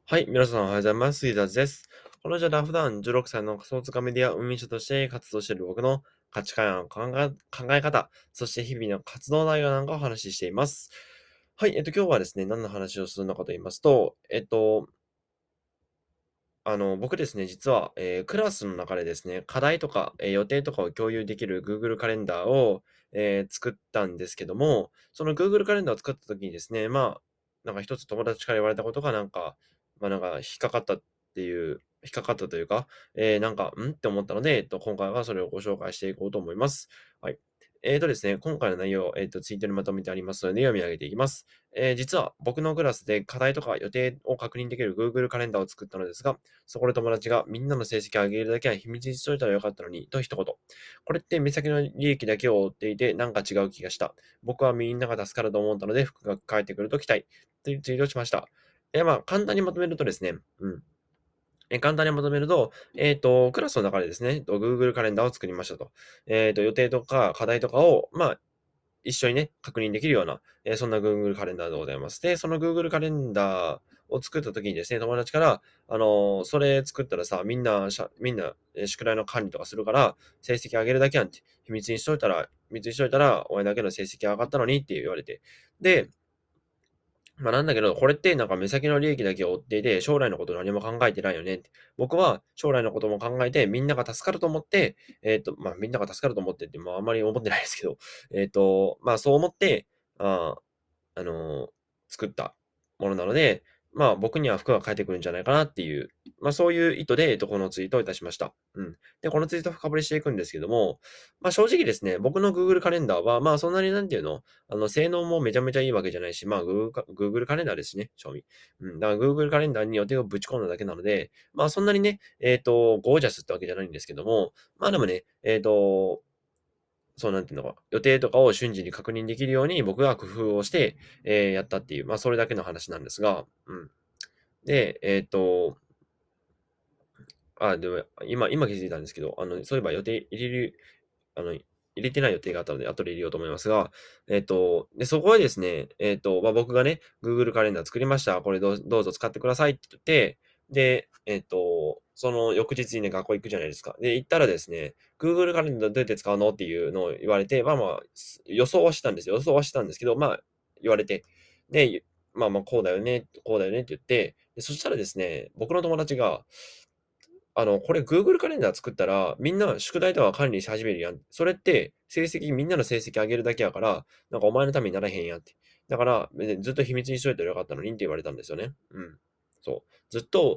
はい、皆さんおはようございます。杉田です。このラジオでは普段16歳の仮想通貨メディア運営者として活動している僕の価値観や考え方、そして日々の活動内容なんかをお話ししています。はい、今日はですね、何の話をするのかと言いますと、僕ですね、実は、クラスの中でですね、課題とか、予定とかを共有できる Google カレンダーを、作ったんですけども、その Google カレンダーを作った時にですね、なんか一つ友達から言われたことがなんか引っかかった引っかかったというか、って思ったので、今回はそれをご紹介していこうと思います。はい。ですね、今回の内容、ツイートにまとめてありますので、読み上げていきます。実は僕のクラスで課題とか予定を確認できる Google カレンダーを作ったのですが、そこで友達がみんなの成績を上げるだけは秘密にしといたらよかったのに、と一言。これって目先の利益だけを追っていて、なんか違う気がした。僕はみんなが助かると思ったので、服が返ってくると期待。というツイートをしました。簡単にまとめるとですね、簡単にまとめると、クラスの中でですね、Google カレンダーを作りましたと。予定とか課題とかを、一緒にね、確認できるような、そんな Google カレンダーでございます。で、その Google カレンダーを作った時にですね、友達から、それ作ったらさ、みんな、宿題の管理とかするから、成績上げるだけやんって、秘密にしといたら、お前だけの成績上がったのにって言われて。で、なんだけど、これってなんか目先の利益だけを追っていて、将来のこと何も考えてないよねって。僕は将来のことも考えて、みんなが助かると思って、みんなが助かると思ってって、あんまり思ってないですけど、そう思って、ああの、作ったものなので、僕には服が返ってくるんじゃないかなっていう、そういう意図で、このツイートをいたしました。うん。で、このツイートを深掘りしていくんですけども、正直ですね、僕の Google カレンダーは、そんなになんていうの、性能もめちゃめちゃいいわけじゃないし、Google カレンダーですね、賞味。うん。だから Google カレンダーに予定をぶち込んだだけなので、そんなにね、ゴージャスってわけじゃないんですけども、でもね、そうなんていうのか、予定とかを瞬時に確認できるように僕が工夫をして、やったっていう、それだけの話なんですが、うん。で、でも、今気づいたんですけど、そういえば予定入れる、入れてない予定があったので、後で入れようと思いますが、で、そこはですね、僕がね、Google カレンダー作りました。これどうぞ使ってくださいって言って、で、その翌日にね、学校行くじゃないですか。で、行ったらですね、Google カレンダーどうやって使うのっていうのを言われて、予想はしてたんですよ。予想はしてたんですけど、言われて。で、こうだよねって言って、で、そしたらですね、僕の友達が、これ Google カレンダー作ったら、みんな宿題とか管理し始めるやん。それって、みんなの成績上げるだけやから、なんかお前のためにならへんやんって。だから、別にずっと秘密にしといたらよかったのにって言われたんですよね。うん。そう。ずっと、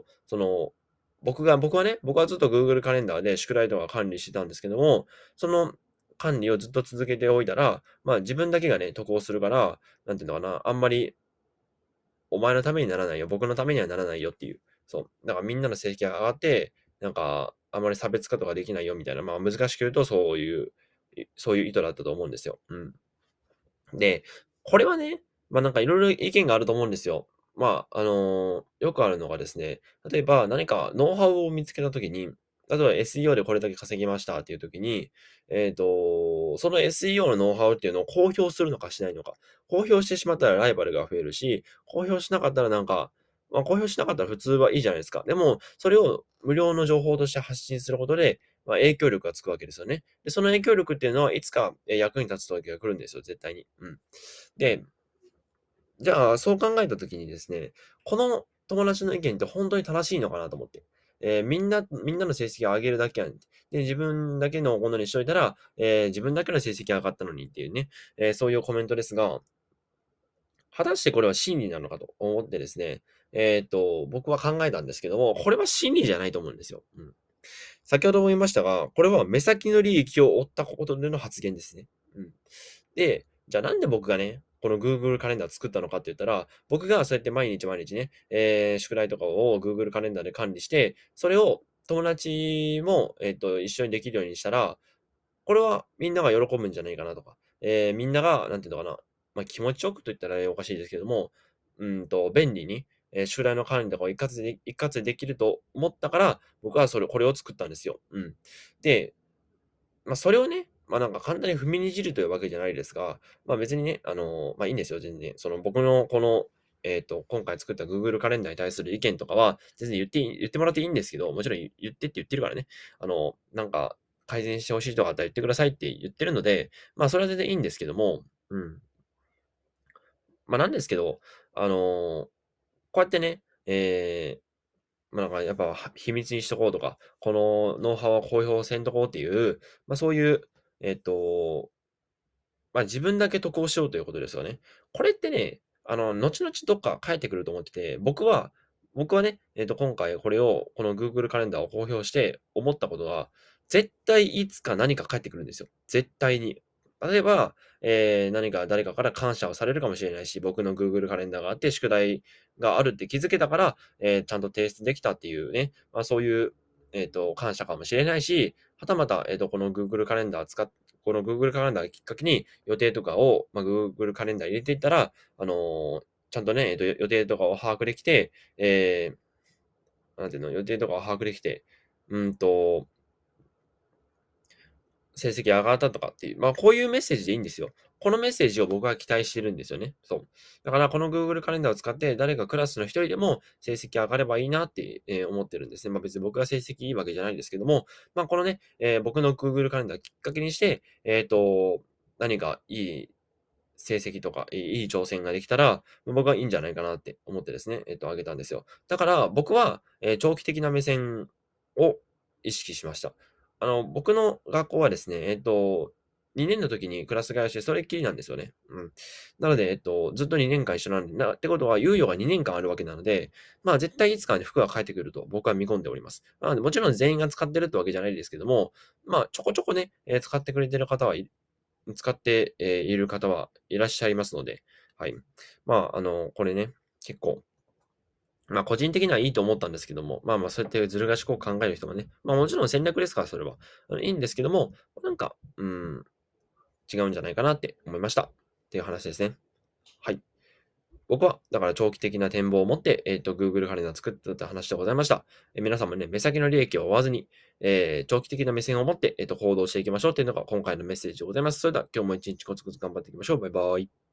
僕はずっと Google カレンダーで宿題とか管理してたんですけども、その管理をずっと続けておいたら、自分だけがね、得をするから、なんていうのかな、あんまりお前のためにならないよ、僕のためにはならないよっていう。そう。だからみんなの成績が上がって、なんか、あまり差別化とかできないよみたいな、難しく言うとそういう意図だったと思うんですよ。うん。で、これはね、なんかいろいろ意見があると思うんですよ。よくあるのがですね、例えば何かノウハウを見つけたときに、例えば SEO でこれだけ稼ぎましたっていうときに、その SEO のノウハウっていうのを公表するのかしないのか。公表してしまったらライバルが増えるし、公表しなかったら公表しなかったら普通はいいじゃないですか。でも、それを無料の情報として発信することで、影響力がつくわけですよね。で、その影響力っていうのはいつか役に立つ時が来るんですよ、絶対に。うん。で、じゃあ、そう考えた時にですね、この友達の意見って本当に正しいのかなと思って。みんなの成績を上げるだけやん。で、自分だけのものにしといたら、自分だけの成績上がったのにっていうね、そういうコメントですが、果たしてこれは真理なのかと思ってですね、僕は考えたんですけども、これは真理じゃないと思うんですよ。うん。先ほども言いましたが、これは目先の利益を追ったことでの発言ですね。うん。で、じゃあなんで僕がね、この Google カレンダー作ったのかって言ったら、僕がそうやって毎日毎日ね、宿題とかを Google カレンダーで管理して、それを友達も、一緒にできるようにしたら、これはみんなが喜ぶんじゃないかなとか、みんなが、なんていうのかな、気持ちよくと言ったらおかしいですけども、便利に、宿題の管理とかを一括でできると思ったから、僕はこれを作ったんですよ。うん。で、それをね、なんか簡単に踏みにじるというわけじゃないですが、別にね、いいんですよ、全然。その僕のこの、 今回作った Google カレンダーに対する意見とかは、全然言ってもらっていいんですけど、もちろん言ってって言ってるからね。なんか、改善してほしいとかあったら言ってくださいって言ってるので、それは全然いいんですけども、うん。なんですけど、こうやってね、なんかやっぱ、秘密にしとこうとか、このノウハウは公表せんとこうっていう、そういう、えっと、自分だけ得をしようということですよね。これってね、後々どっか返ってくると思ってて、僕はね、今回これを、この Google カレンダーを公表して思ったことは、絶対いつか何か返ってくるんですよ。絶対に。例えば、何か誰かから感謝をされるかもしれないし、僕の Google カレンダーがあって、宿題があるって気づけたから、ちゃんと提出できたっていうね、そういう、感謝かもしれないし、はたまた、この Google カレンダーをきっかけに予定とかを、Google カレンダーに入れていったら、ちゃんとね、予定とかを把握できて、なんていうの、予定とかを把握できて、うんと、成績上がったとかっていう、こういうメッセージでいいんですよ。このメッセージを僕は期待してるんですよね。そう。だからこの Google カレンダーを使って、誰かクラスの一人でも成績上がればいいなって、思ってるんですね。別に僕が成績いいわけじゃないですけども、このね、僕の Google カレンダーきっかけにして、何かいい成績とか、いい挑戦ができたら、僕はいいんじゃないかなって思ってですね、あげたんですよ。だから僕は、長期的な目線を意識しました。僕の学校はですね、2年の時にクラス替えをして、それっきりなんですよね。うん。なので、ずっと2年間一緒なんで、ってことは、猶予が2年間あるわけなので、絶対いつかに服が返ってくると僕は見込んでおります。なので、もちろん全員が使ってるってわけじゃないですけども、ちょこちょこね、使ってくれてる方使って、いる方はいらっしゃいますので、はい。これね、結構、個人的にはいいと思ったんですけども、そうやってずる賢く考える人もね、もちろん戦略ですから、それは。いいんですけども、違うんじゃないかなって思いました。っていう話ですね。はい。僕は、だから長期的な展望を持って、Google カレンダー作ったって話でございました。皆さんもね、目先の利益を追わずに、長期的な目線を持って、行動していきましょうっていうのが今回のメッセージでございます。それでは今日も一日コツコツ頑張っていきましょう。バイバイ。